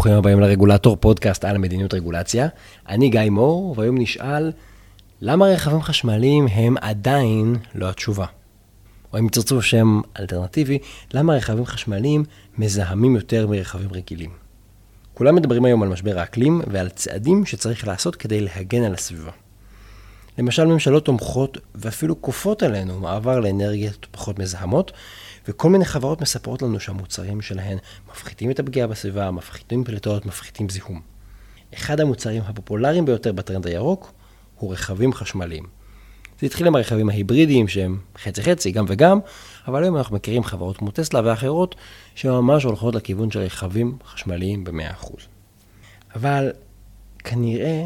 ברוכים הבאים לרגולטור, פודקאסט על מדיניות רגולציה. אני גיא מור, והיום נשאל למה רכבים חשמליים הם עדיין לא התשובה. או אם תרצו שם אלטרנטיבי, למה רכבים חשמליים מזהמים יותר מרכבים רגילים. כולם מדברים היום על משבר האקלים ועל צעדים שצריך לעשות כדי להגן על הסביבה. למשל, ממשלות תומכות ואפילו כופות עלינו מעבר לאנרגיות פחות מזהמות, וכל מיני חברות מספרות לנו שהמוצרים שלהן מפחיתים את הפגיעה בסביבה, מפחיתים פליטות, מפחיתים זיהום. אחד המוצרים הפופולריים ביותר בטרנד הירוק הוא רכבים חשמליים. זה התחיל עם הרכבים ההיברידיים שהם חצי-חצי, גם וגם, אבל היום אנחנו מכירים חברות כמו טסלה ואחרות שממש הולכות לכיוון של רכבים חשמליים ב-100%. אבל כנראה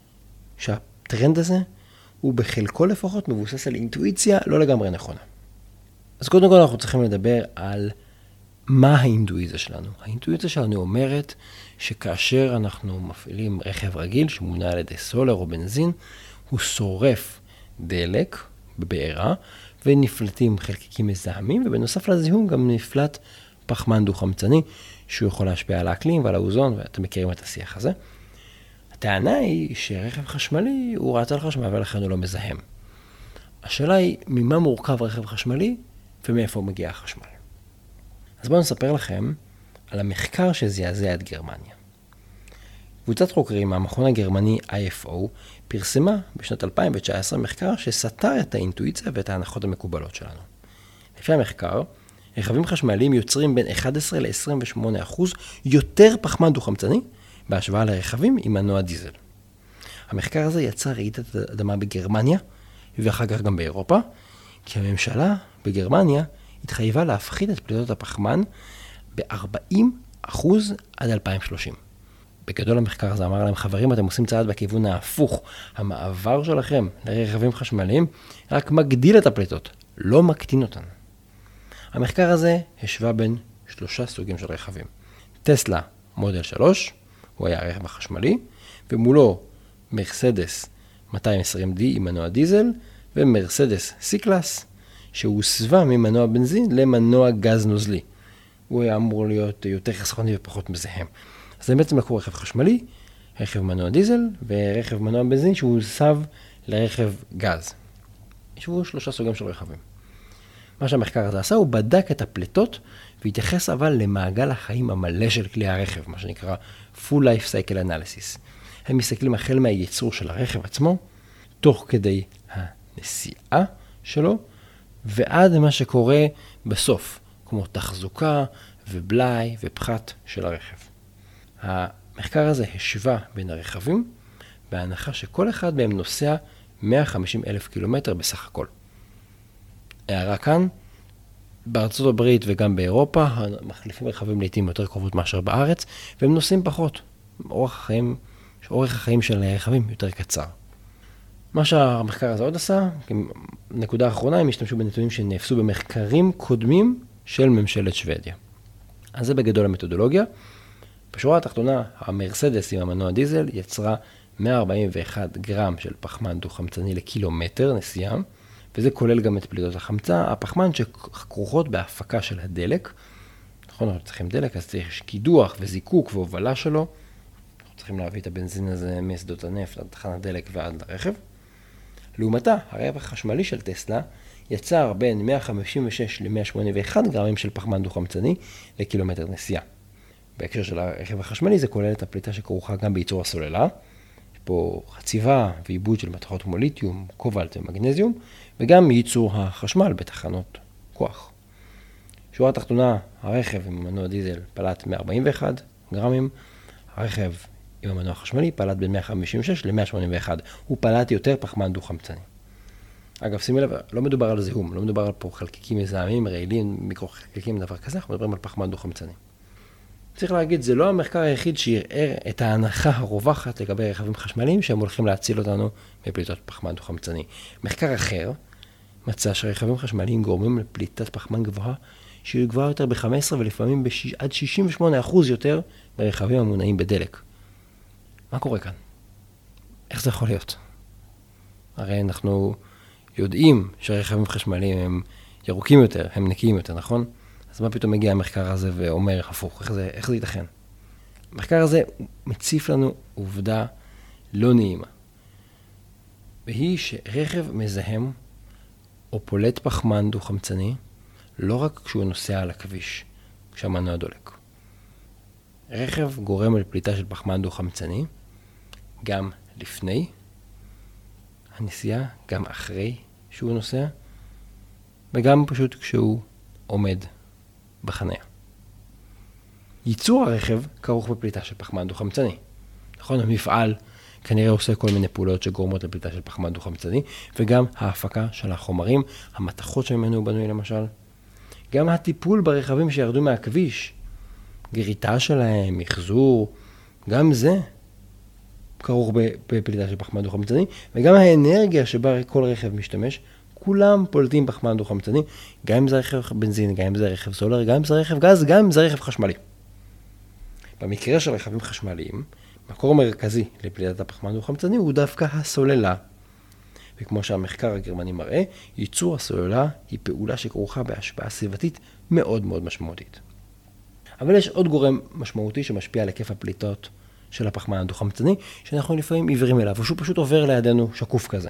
שהטרנד הזה הוא בחלקו לפחות מבוסס על אינטואיציה לא לגמרי נכונה. אז קודם כל אנחנו צריכים לדבר על מה האינטואיציה שלנו. האינטואיציה שלנו אומרת שכאשר אנחנו מפעילים רכב רגיל שמונע על ידי סולר או בנזין, הוא שורף דלק בבעירה ונפלטים חלקיקים מזהמים, ובנוסף לזיהום גם נפלט פחמן דו-חמצני שהוא יכול להשפיע על האקלים ועל האוזון, ואתם מכירים את השיח הזה. הטענה היא שרכב חשמלי הוא רץ על חשמל ולכן הוא לא מזהם. השאלה היא ממה מורכב רכב חשמלי ומאיפה מגיע החשמל. אז בואו נספר לכם על המחקר שזעזע את גרמניה. קבוצת חוקרים מהמכון הגרמני IFO פרסמה בשנת 2019 מחקר שסתר את האינטואיציה ואת ההנחות המקובלות שלנו. לפי המחקר, רכבים חשמליים יוצרים בין 11 ל-28% יותר פחמן דו-חמצני בהשוואה לרכבים עם מנוע דיזל. המחקר הזה יצר רעידת אדמה בגרמניה ואחר כך גם באירופה, כי הממשלה בגרמניה התחייבה להפחית את פליטות הפחמן ב-40% עד 2030. בגדול המחקר הזה אמר להם, חברים, אתם עושים צעד בכיוון ההפוך. המעבר שלכם לרכבים חשמליים רק מגדיל את הפליטות, לא מקטין אותן. המחקר הזה השווה בין 3 סוגים של רכבים. טסלה מודל 3, הוא היה הרכב החשמלי, ומולו מרסדס 220D עם מנוע דיזל, ומרסדס C-Class, שהוסבה ממנוע בנזין למנוע גז נוזלי. הוא היה אמור להיות יותר חסכוני ופחות מזהם. אז זה בעצם לקחו רכב חשמלי, רכב מנוע דיזל ורכב מנוע בנזין שהוסב לרכב גז. יש 3 סוגים של רכבים. מה שהמחקר הזה עשה, הוא בדק את הפליטות והתייחס אבל למעגל החיים המלא של כלי הרכב, מה שנקרא Full Life Cycle Analysis. הם מסתכלים החל מהייצור של הרכב עצמו, תוך כדי הנסיעה שלו, ועד מה שקורה בסוף, כמו תחזוקה ובלאי ופחת של הרכב. המחקר הזה השווה בין הרכבים, בהנחה שכל אחד מהם נוסע 150,000 קילומטר בסך הכל. הערה כאן, בארצות הברית וגם באירופה, מחליפים רכבים לעתים יותר קרובות מאשר בארץ, והם נוסעים פחות. אורך החיים של רכבים יותר קצר. מה שהמחקר הזה עוד עשה, נקודה האחרונה, הם השתמשו בנתונים שנאפסו במחקרים קודמים של ממשלת שוודיה. אז זה בגדול המתודולוגיה. בשורה התחתונה, המרסדס עם המנוע דיזל יצרה 141 גרם של פחמן דו-חמצני לקילומטר נסיעה, וזה כולל גם את פליטות הפחמן שכרוכות בהפקה של הדלק. נכון, אנחנו צריכים דלק, אז צריך קידוח וזיקוק והובלה שלו. אנחנו צריכים להביא את הבנזין הזה משדות הנפט עד תחנת דלק ועד לרכב. לעומתה, הרכב החשמלי של טסלה יצר בין 156 ל-181 גרמים של פחמן דו-חמצני לקילומטר נסיעה. בהקשר של הרכב החשמלי זה כולל את הפליטה שכרוכה גם בייצור הסוללה. יש פה חציבה ועיבוד של מתכות כמו ליתיום, קובלט ומגנזיום, וגם ייצור החשמל בתחנות כוח. שורה התחתונה, הרכב עם מנוע דיזל פלט 141 גרמים, הרכב עם המנוע החשמלי פלט בין 156 ל-181. הוא פלט יותר פחמן דו-חמצני. אגב, שימי לב, לא מדובר על זיהום, לא מדובר על פה חלקיקים מזהמים, רעילים, מיקרו-חלקיקים, דבר כזה, אנחנו מדברים על פחמן דו-חמצני. צריך להגיד, זה לא המחקר היחיד שיראה את ההנחה הרווחת לגבי רכבים חשמליים שהם הולכים להציל אותנו מפליטות פחמן דו-חמצני. מחקר אחר מצא שרכבים חשמליים גורמים לפליטת פחמן גבוהה, שהיא גבוהה יותר ב-15 ולפעמים עד 68% יותר ברכבים המונעים בדלק. מה קורה כאן? איך זה יכול להיות? הרי אנחנו יודעים שרכבים חשמליים הם ירוקים יותר, הם נקיים יותר, נכון? אז מה פתאום מגיע המחקר הזה ואומר הפוך? איך זה ייתכן? המחקר הזה מציף לנו עובדה לא נעימה. והיא שרכב מזהם או פולט פחמן דו-חמצני לא רק כשהוא נוסע על הכביש, כשהמנוע דולק. רכב גורם לפליטה של פחמן דו-חמצני גם לפני הנסיעה, גם אחרי שהוא נוסע, וגם פשוט כשהוא עומד בחניה. ייצור הרכב כרוך בפליטה של פחמן דו-חמצני. נכון, המפעל כנראה עושה כל מיני פעולות שגורמות לפליטה של פחמן דו-חמצני, וגם ההפקה של החומרים, המתכות שממנו הוא בנוי למשל. גם הטיפול ברכבים שירדו מהכביש, גריטה שלהם, מחזור, גם זה כרוך בפליטה של פחמן דו-חמצני, וגם האנרגיה שבה כל רכב משתמש, כולם פולטים פחמן דו-חמצני, גם אם זה רכב בנזין, גם אם זה רכב סולר, גם אם זה רכב גז, גם אם זה רכב חשמלי. במקרה של רכבים חשמליים, מקור מרכזי לפליטת הפחמן דו-חמצני הוא דווקא הסוללה. וכמו שהמחקר הגרמני מראה, ייצור הסוללה היא פעולה שכרוכה בהשפעה סביבתית מאוד מאוד משמעותית. אבל יש עוד גורם משמעותי שמשפיע על היקף הפליטות של הפחמן הדו-חמצני, שאנחנו לפעמים עיוורים אליו, ושהוא פשוט עובר לידינו שקוף כזה.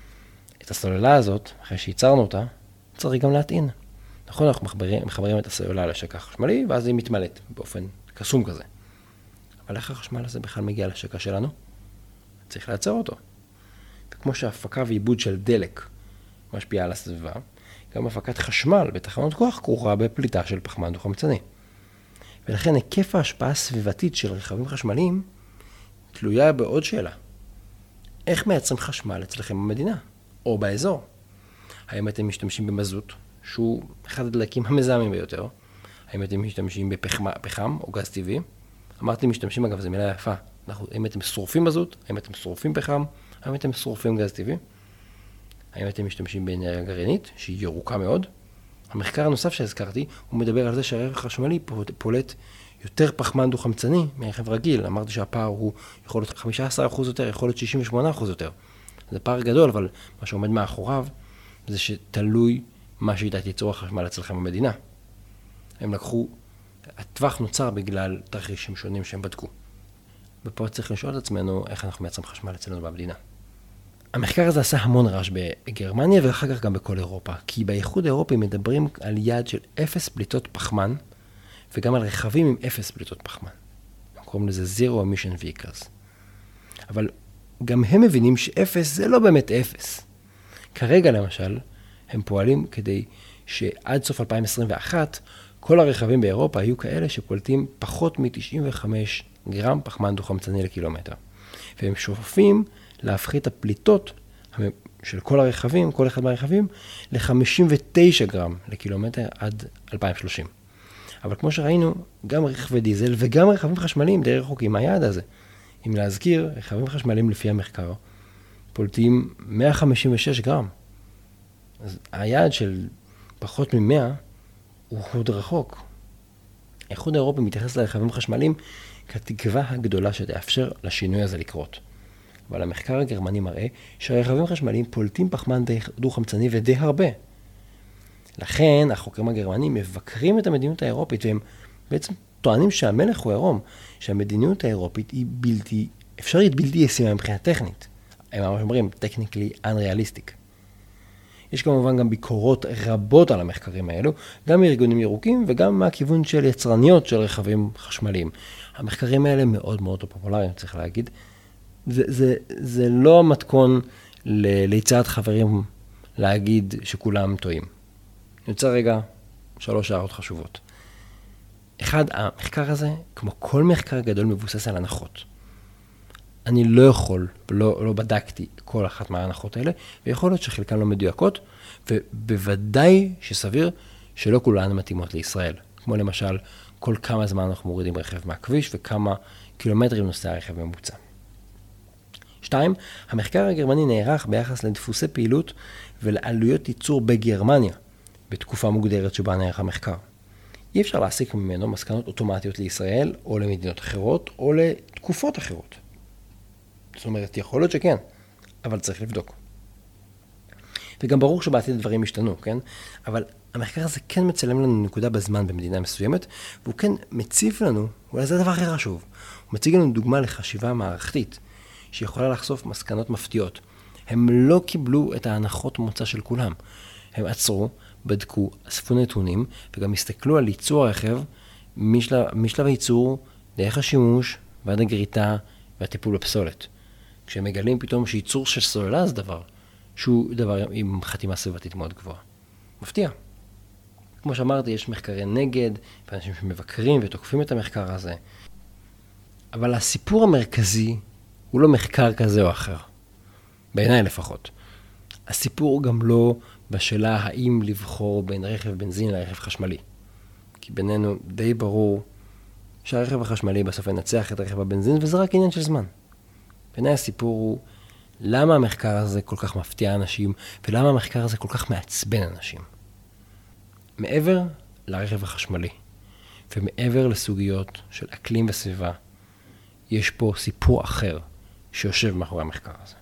את הסוללה הזאת, אחרי שייצרנו אותה, צריך גם להטעין. נכון, אנחנו מחברים את הסוללה לשקע החשמלי, ואז היא מתמלאת באופן קסום כזה. אבל איך החשמל הזה בכלל מגיע לשקע שלנו? צריך לייצר אותו. וכמו שהפקה ועיבוד של דלק משפיעה על הסביבה, גם הפקת חשמל בתחנות כוח כרוכה בפליטה של פחמן דו-חמצני. ולכן היקף ההשפעה הסביבתית של רכבים חשמליים תלויה בעוד שאלה. איך מייצרים חשמל אצלכם במדינה או באזור? האם אתם משתמשים במזוט, שהוא אחד הדלקים המזהמים ביותר? האם אתם משתמשים בפחם או גז טבעי? אמרתי משתמשים, אגב, זו מילה יפה. האם אתם שורפים מזוט? האם אתם שורפים פחם? האם אתם שורפים גז טבעי? האם אתם משתמשים באנרגיה גרעינית, שהיא ירוקה מאוד? המחקר הנוסף שהזכרתי, הוא מדבר על זה שהרכב חשמלי פולט יותר פחמן דו-חמצני מרכב רגיל. אמרתי שהפער הוא יכול להיות 15% יותר, יכול להיות 68% יותר. זה פער גדול, אבל מה שעומד מאחוריו זה שתלוי מה שיטת ייצור החשמל אצלכם במדינה. הם לקחו, הטווח נוצר בגלל תרחישים שונים שהם בדקו. ופה צריך לשאול את עצמנו איך אנחנו מייצרים חשמל אצלנו במדינה. המחקר הזה עשה המון רעש בגרמניה ואחר כך גם בכל אירופה, כי באיחוד האירופי מדברים על יעד של 0 פליטות פחמן, וגם על רכבים עם 0 פליטות פחמן. הם קוראים לזה Zero Emission Vehicles. אבל גם הם מבינים ש0 זה לא באמת 0. כרגע למשל, הם פועלים כדי שעד סוף 2021, כל הרכבים באירופה היו כאלה שפולטים פחות מ-95 גרם פחמן דו-חמצני לקילומטר. והם שואפים להפחית הפליטות של כל הרכבים, כל אחד מהרכבים, ל-59 גרם לקילומטר עד 2030. אבל כמו שראינו, גם רכבי דיזל וגם רכבים חשמליים די רחוקים מהיעד הזה. אם להזכיר, רכבים חשמליים לפי המחקר פולטים 156 גרם. אז היעד של פחות מ-100 הוא עוד רחוק. האיחוד האירופי מתייחס לרכבים חשמליים כתקווה הגדולה שתאפשר לשינוי הזה לקרות. אבל המחקר הגרמני מראה שהרכבים חשמליים פולטים פחמן דו-חמצני ודי הרבה. לכן החוקרים הגרמנים מבקרים את המדיניות האירופית, והם בעצם טוענים שהמלך הוא עירום, שהמדיניות האירופית היא בלתי אפשרית, בלתי ישימה מבחינה טכנית. הם ממש אומרים, technically unrealistic. יש כמובן גם ביקורות רבות על המחקרים האלו, גם מארגונים ירוקים וגם מהכיוון של יצרניות של רכבים חשמליים. המחקרים האלה מאוד מאוד פופולריים, צריך להגיד. זה לא המתכון ליצירת חברים להגיד שכולם טועים. אני רוצה רגע 3 הערות חשובות. אחד, המחקר הזה, כמו כל מחקר גדול, מבוסס על הנחות. אני לא יכול, לא בדקתי כל אחת מההנחות האלה, ויכול להיות שחלקן לא מדויקות, ובוודאי שסביר שלא כולן מתאימות לישראל. כמו למשל, כל כמה זמן אנחנו מורידים רכב מהכביש, וכמה קילומטרים נוסע רכב ממוצע. 2. המחקר הגרמני נערך ביחס לדפוסי פעילות ולעלויות ייצור בגרמניה, בתקופה מוגדרת שבה נערך המחקר. אי אפשר להסיק ממנו מסקנות אוטומטיות לישראל, או למדינות אחרות, או לתקופות אחרות. זאת אומרת, יכול להיות שכן, אבל צריך לבדוק. וגם ברור שבעתיד דברים ישתנו, כן? אבל המחקר הזה כן מצלם לנו נקודה בזמן במדינה מסוימת, והוא כן מציב לנו, אולי זה הדבר הכי חשוב, הוא מציג לנו דוגמה לחשיבה מערכתית, שיכולה לחשוף מסקנות מפתיעות. הם לא קיבלו את ההנחות מוצא של כולם. הם עצרו, בדקו, אספו נתונים, וגם הסתכלו על ייצור הרכב משלב הייצור, דרך השימוש, ועד הגריטה והטיפול בפסולת. כשהם מגלים פתאום שייצור של סוללה זה דבר, שהוא דבר עם חתימה סביבתית מאוד גבוהה. מפתיע. כמו שאמרתי, יש מחקרי נגד, ואנשים שמבקרים ותוקפים את המחקר הזה. אבל הסיפור המרכזי הוא לא מחקר כזה או אחר. בעיניי לפחות. הסיפור הוא גם לא בשאלה האם לבחור בין רכב בנזין לרכב חשמלי. כי בינינו די ברור שהרכב החשמלי בסוף ינצח את רכב הבנזין, וזה רק עניין של זמן. בעיניי הסיפור הוא למה המחקר הזה כל כך מפתיע אנשים, ולמה המחקר הזה כל כך מעצבן אנשים. מעבר לרכב החשמלי, ומעבר לסוגיות של אקלים וסביבה, יש פה סיפור אחר שיושב מאחורי המחקר הזה.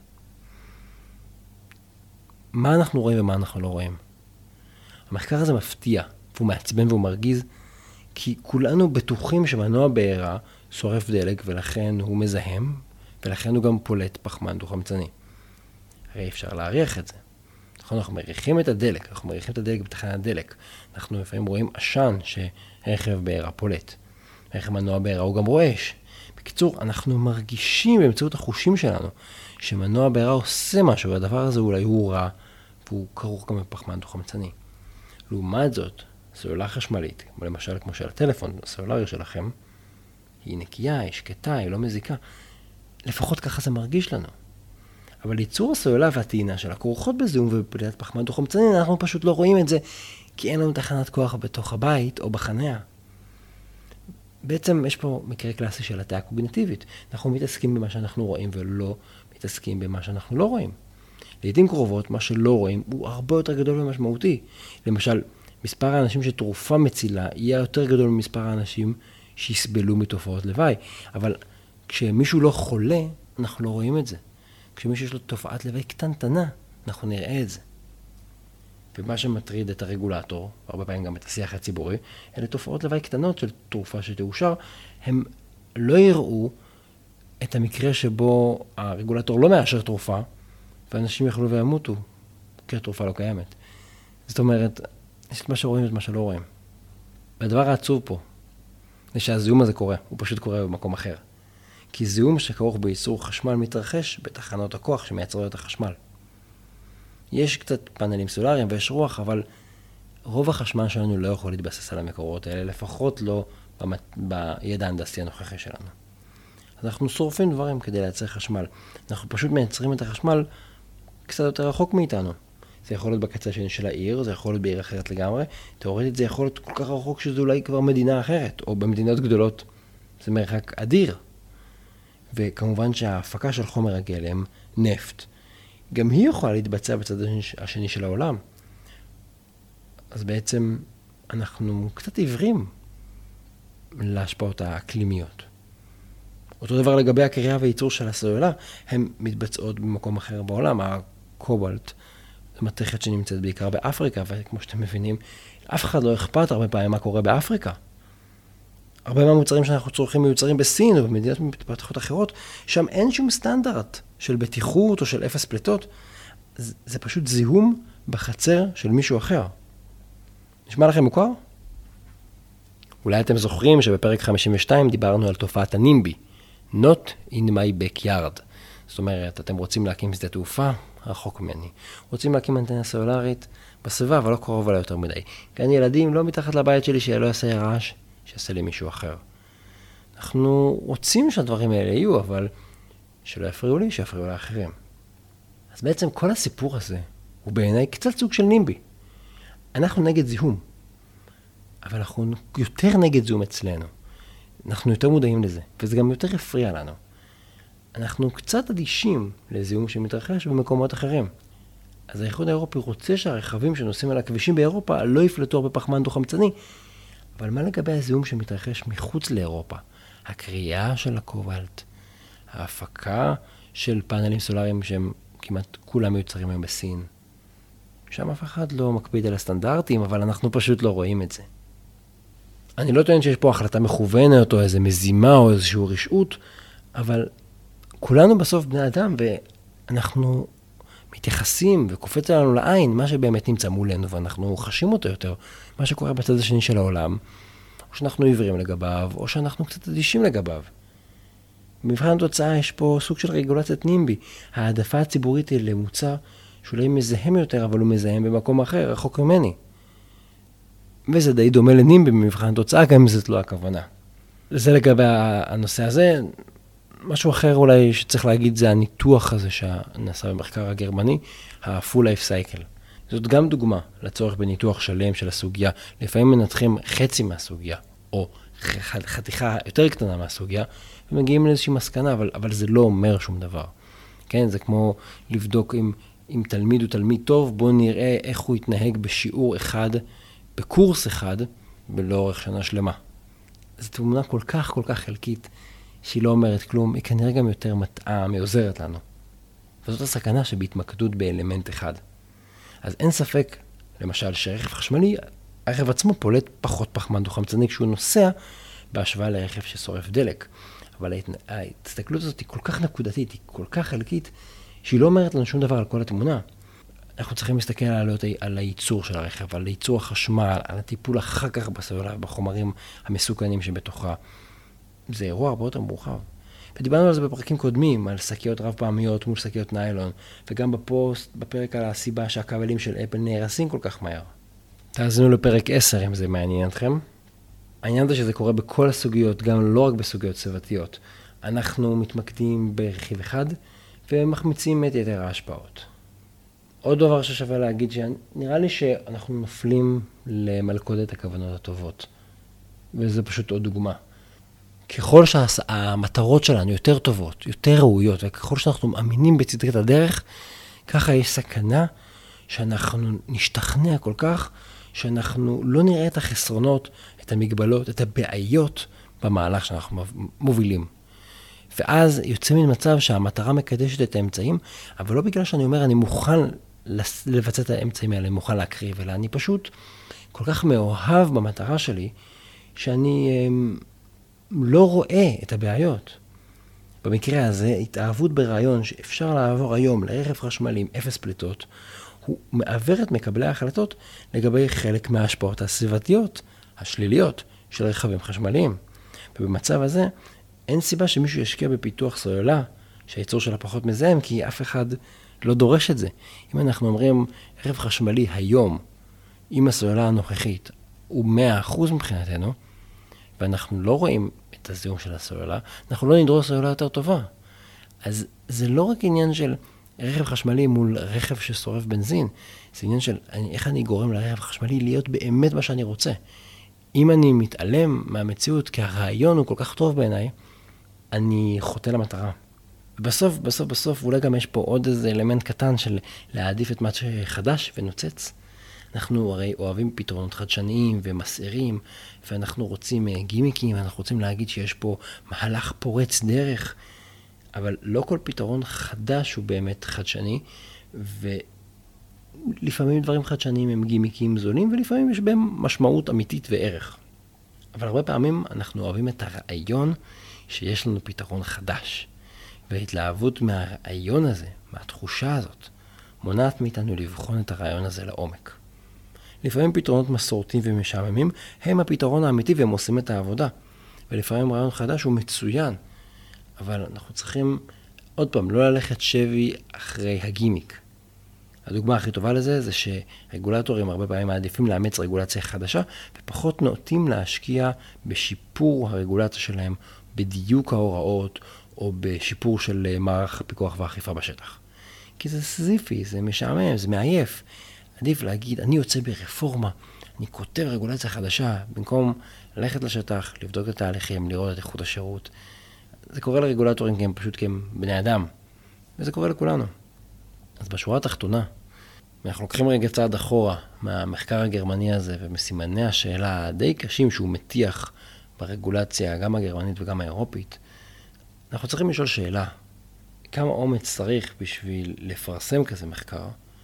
מה אנחנו רואים ומה אנחנו לא רואים? המחקר הזה מפתיע, והוא מעצבן והוא מרגיז, כי כולנו בטוחים שמנוע בעירה שורף דלק, ולכן הוא מזהם, ולכן הוא גם פולט פחמן דו-חמצני. הרי אפשר להריח את זה. אנחנו מריחים את הדלק, אנחנו מריחים את הדלק בתחנת דלק. אנחנו לפעמים רואים עשן שרכב בעירה פולט. רכב מנוע בעירה הוא גם רועש. בקיצור, אנחנו מרגישים באמצעות החושים שלנו שמנוע בעירה עושה משהו, והדבר הזה אולי הוא רע, והוא כרוך גם בפחמן דו-חמצני. לעומת זאת, סוללה חשמלית, למשל כמו של הטלפון הסלולרי שלכם, היא נקייה, היא שקטה, היא לא מזיקה. לפחות ככה זה מרגיש לנו. אבל ייצור הסוללה והטעינה שלה כרוכות בזיהום ובפליטת פחמן דו-חמצני, אנחנו פשוט לא רואים את זה, כי אין לנו תחנת כוח בתוך הבית או בחניה. בעצם יש פה מקרה קלאסי של הטעיה קוגניטיבית. אנחנו מתעסקים במה שאנחנו רואים ולא מתעסקים במה שאנחנו לא רואים. לעתים קרובות, מה שלא רואים הוא הרבה יותר גדול ומשמעותי. למשל, מספר האנשים שתרופה מצילה יהיה יותר גדול ממספר האנשים שיסבלו מתופעות לוואי. אבל כשמישהו לא חולה, אנחנו לא רואים את זה. כשמישהו יש לו תופעת לוואי קטנטנה, אנחנו נראה את זה. ומה שמטריד את הרגולטור, הרבה פעמים גם את השיח הציבורי, אלה תופעות לוואי קטנות של תרופה שתאושר, הם לא יראו את המקרה שבו הרגולטור לא מאשר תרופה, ואנשים יוכלו וימותו, כי התרופה לא קיימת. זאת אומרת, יש את מה שרואים ואת מה שלא רואים. והדבר העצוב פה, זה שהזיהום הזה קורה, הוא פשוט קורה במקום אחר. כי זיהום שכרוך בייצור חשמל מתרחש בתחנות הכוח שמייצרות את החשמל. יש קצת פאנלים סולריים ויש רוח, אבל רוב החשמל שלנו לא יכול להתבסס על המקורות האלה, לפחות לא בידע ההנדסי הנוכחי שלנו. אז אנחנו שורפים דברים כדי לייצר חשמל. אנחנו פשוט מייצרים את החשמל קצת יותר רחוק מאיתנו. זה יכול להיות בקצה השני של העיר, זה יכול להיות בעיר אחרת לגמרי. תיאורטית זה יכול להיות כל כך רחוק שזה אולי כבר מדינה אחרת, או במדינות גדולות זה מרחק אדיר. וכמובן שההפקה של חומר הגלם, נפט, גם היא יכולה להתבצע בצד השני של העולם. אז בעצם אנחנו קצת עיוורים להשפעות האקלימיות. אותו דבר לגבי הקריאה וייצור של הסוללה, הן מתבצעות במקום אחר בעולם. הקובלט, זו מתכת שנמצאת בעיקר באפריקה, וכמו שאתם מבינים, אף אחד לא אכפת הרבה פעמים מה קורה באפריקה. הרבה מהמוצרים שאנחנו צורכים מיוצרים בסין או במדינות מתפתחות אחרות, שם אין שום סטנדרט של בטיחות או של אפס פליטות. זה פשוט זיהום בחצר של מישהו אחר. נשמע לכם מוכר? אולי אתם זוכרים שבפרק 52 דיברנו על תופעת הנימבי, Not in my backyard. זאת אומרת, אתם רוצים להקים שדה תעופה, רחוק ממני. רוצים להקים אנטנה סלולרית בסביבה, אבל לא קרוב עליה יותר מדי. כאן ילדים לא מתחת לבית שלי שלא יעשה רעש, שיעשה לי מישהו אחר. אנחנו רוצים שהדברים האלה יהיו, אבל שלא יפריעו לי, שיפריעו לאחרים. אז בעצם כל הסיפור הזה הוא בעיניי קצת סוג של נימבי. אנחנו נגד זיהום, אבל אנחנו יותר נגד זיהום אצלנו. אנחנו יותר מודעים לזה, וזה גם יותר יפריע לנו. אנחנו קצת אדישים לזיהום שמתרחש במקומות אחרים. אז האיחוד האירופי רוצה שהרכבים שנוסעים על הכבישים באירופה לא יפלטו הרבה פחמן דו-חמצני, אבל מה לגבי הזיהום שמתרחש מחוץ לאירופה? הקריאה של הקובלט, ההפקה של פאנלים סולריים שהם כמעט כולם מיוצרים היום בסין. שם אף אחד לא מקפיד על הסטנדרטים, אבל אנחנו פשוט לא רואים את זה. אני לא טוען שיש פה החלטה מכוונת או איזו מזימה או איזושהי רשעות, אבל כולנו בסוף בני אדם ואנחנו מתייחסים וקופץ לנו לעין מה שבאמת נמצא מולנו ואנחנו חשים אותו יותר, מה שקורה בצד השני של העולם, או שאנחנו עיוורים לגביו או שאנחנו קצת אדישים לגביו. במבחן התוצאה יש פה סוג של רגולציית נימבי, העדפה הציבורית היא למוצר שאולי מזהם יותר אבל הוא מזהם במקום אחר, רחוק ממני. וזה די דומה לנימבי במבחן התוצאה, גם אם זאת לא הכוונה. זה לגבי הנושא הזה. משהו אחר אולי שצריך להגיד זה הניתוח הזה שנעשה במחקר הגרמני, ה-Full Life Cycle. זאת גם דוגמה לצורך בניתוח שלם של הסוגיה. לפעמים מנתחים חצי מהסוגיה, או חתיכה יותר קטנה מהסוגיה, ומגיעים לאיזושהי מסקנה, אבל זה לא אומר שום דבר. כן, זה כמו לבדוק אם תלמיד הוא תלמיד טוב, בואו נראה איך הוא יתנהג בשיעור אחד, בקורס אחד, ולאורך שנה שלמה. זו תמונה כל כך חלקית, שהיא לא אומרת כלום, היא כנראה גם יותר מטעה, מעוזרת לנו. וזאת הסכנה שבהתמקדות באלמנט אחד. אז אין ספק, למשל, שרכב חשמלי, הרכב עצמו פולט פחות פחמן דו-חמצני כשהוא נוסע, בהשוואה לרכב ששורף דלק. אבל ההסתכלות הזאת היא כל כך נקודתית, היא כל כך חלקית, שהיא לא אומרת לנו שום דבר על כל התמונה. אנחנו צריכים להסתכל על הייצור של הרכב, על ייצור החשמל, על הטיפול אחר כך בסוללה ובחומרים המסוכנים שבתוכה. זה אירוע הרבה יותר מורחב. ודיברנו על זה בפרקים קודמים, על שקיות רב פעמיות מול שקיות ניילון, וגם בפוסט, בפרק על הסיבה שהכבלים של אפל נהרסים כל כך מהר. תאזינו לפרק 10 אם זה מעניין אתכם. העניין זה שזה קורה בכל הסוגיות, גם לא רק בסוגיות סביבתיות. אנחנו מתמקדים ברכיב אחד, ומחמיצים את יתר ההשפעות. עוד דבר ששווה להגיד, שנראה לי שאנחנו נופלים למלכודת הכוונות הטובות. וזה פשוט עוד דוגמה. ככל שהמטרות שלנו יותר טובות, יותר ראויות, וככל שאנחנו מאמינים בצדקת הדרך, ככה יש סכנה שאנחנו נשתכנע כל כך, שאנחנו לא נראה את החסרונות, את המגבלות, את הבעיות במהלך שאנחנו מובילים. ואז יוצא מן מצב שהמטרה מקדשת את האמצעים, אבל לא בגלל שאני אומר אני מוכן לבצע את האמצעים האלה, אני מוכן להקריב, אלא אני פשוט כל כך מאוהב במטרה שלי, שאני לא רואה את הבעיות. במקרה הזה, התאהבות ברעיון שאפשר לעבור היום לרכב חשמלי עם 0 פליטות, הוא מעבר את מקבלי ההחלטות לגבי חלק מההשפעות הסביבתיות, השליליות של רכבים חשמליים. ובמצב הזה, אין סיבה שמישהו ישקיע בפיתוח סוללה, שהייצור שלה פחות מזהם, כי אף אחד לא דורש את זה. אם אנחנו אומרים, רכב חשמלי היום, עם הסוללה הנוכחית, הוא 100% מבחינתנו, ואנחנו לא רואים את הזיהום של הסוללה, אנחנו לא נדרוש סוללה יותר טובה. אז זה לא רק עניין של רכב חשמלי מול רכב ששורף בנזין, זה עניין של איך אני גורם לרכב חשמלי להיות באמת מה שאני רוצה. אם אני מתעלם מהמציאות, כי הרעיון הוא כל כך טוב בעיניי, אני חוטא למטרה. בסוף, אולי גם יש פה עוד איזה אלמנט קטן של להעדיף את מה שחדש ונוצץ. אנחנו הרי אוהבים פתרונות חדשניים ומסעירים, ואנחנו רוצים גימיקים, ואנחנו רוצים להגיד שיש פה מהלך פורץ דרך, אבל לא כל פתרון חדש הוא באמת חדשני, ולפעמים דברים חדשניים הם גימיקים זולים, ולפעמים יש בהם משמעות אמיתית וערך. אבל הרבה פעמים אנחנו אוהבים את הרעיון שיש לנו פתרון חדש, והתלהבות מהרעיון הזה, מהתחושה הזאת, מונעת מאיתנו לבחון את הרעיון הזה לעומק. לפעמים פתרונות מסורתיים ומשעממים הם הפתרון האמיתי והם עושים את העבודה. ולפעמים רעיון חדש הוא מצוין. אבל אנחנו צריכים, עוד פעם, לא ללכת שבי אחרי הגימיק. הדוגמה הכי טובה לזה זה שרגולטורים הרבה פעמים מעדיפים לאמץ רגולציה חדשה, ופחות נוטים להשקיע בשיפור הרגולציה שלהם, בדיוק ההוראות, או בשיפור של מערך הפיקוח והאכיפה בשטח. כי זה סזיפי, זה משעמם, זה מעייף. עדיף להגיד, אני יוצא ברפורמה, אני כותב רגולציה חדשה, במקום ללכת לשטח, לבדוק את התהליכים, לראות את איכות השירות. זה קורה לרגולטורים כי הם פשוט כי הם בני אדם, וזה קורה לכולנו. אז בשורה התחתונה, אנחנו לוקחים רגע צעד אחורה מהמחקר הגרמני הזה, ומסימני השאלה הדי קשים שהוא מטיח ברגולציה, גם הגרמנית וגם האירופית, אנחנו צריכים לשאול שאלה, כמה אומץ צריך בשביל לפרסם כזה מחקר,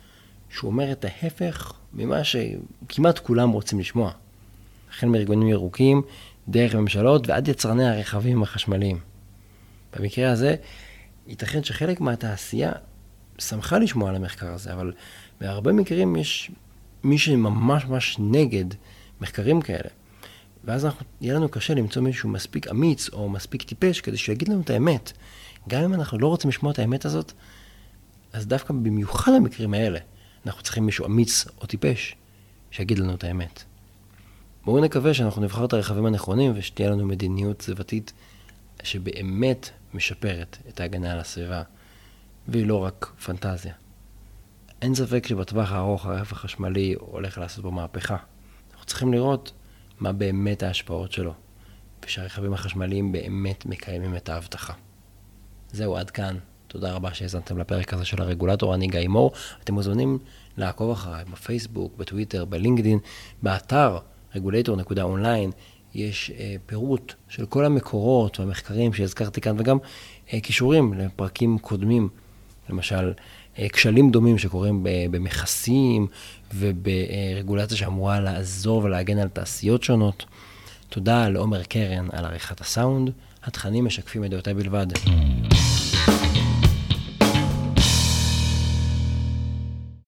שהוא אומר את ההפך ממה שכמעט כולם רוצים לשמוע. החל מארגונים ירוקים, דרך ממשלות ועד יצרני הרכבים החשמליים. במקרה הזה, ייתכן שחלק מהתעשייה שמחה לשמוע על המחקר הזה, אבל בהרבה מקרים יש מי שממש ממש נגד מחקרים כאלה. ואז יהיה לנו קשה למצוא מישהו מספיק אמיץ או מספיק טיפש כדי שיגיד לנו את האמת. גם אם אנחנו לא רוצים לשמוע את האמת הזאת, אז דווקא במיוחד המקרים האלה, אנחנו צריכים מישהו אמיץ או טיפש שיגיד לנו את האמת. בואו נקווה שאנחנו נבחר את הרכבים הנכונים ושתהיה לנו מדיניות סביבתית שבאמת משפרת את ההגנה על הסביבה, והיא לא רק פנטזיה. אין ספק שבטווח הארוך הרכב החשמלי הולך לעשות בו מהפכה. אנחנו צריכים לראות מה באמת ההשפעות שלו, ושהרכבים החשמליים באמת מקיימים את ההבטחה. זהו, עד כאן. תודה רבה שהזנתם לפרק הזה של הרגולטור, אני גיא מור. אתם מוזמנים לעקוב אחריי בפייסבוק, בטוויטר, בלינקדין, באתר regulator.online. יש פירוט של כל המקורות והמחקרים שהזכרתי כאן, וגם קישורים לפרקים קודמים, למשל כשלים דומים שקורים במכסים וברגולציה שאמורה לעזור ולהגן על תעשיות שונות. תודה לעומר קרן על עריכת הסאונד. התכנים משקפים את דעותיי בלבד.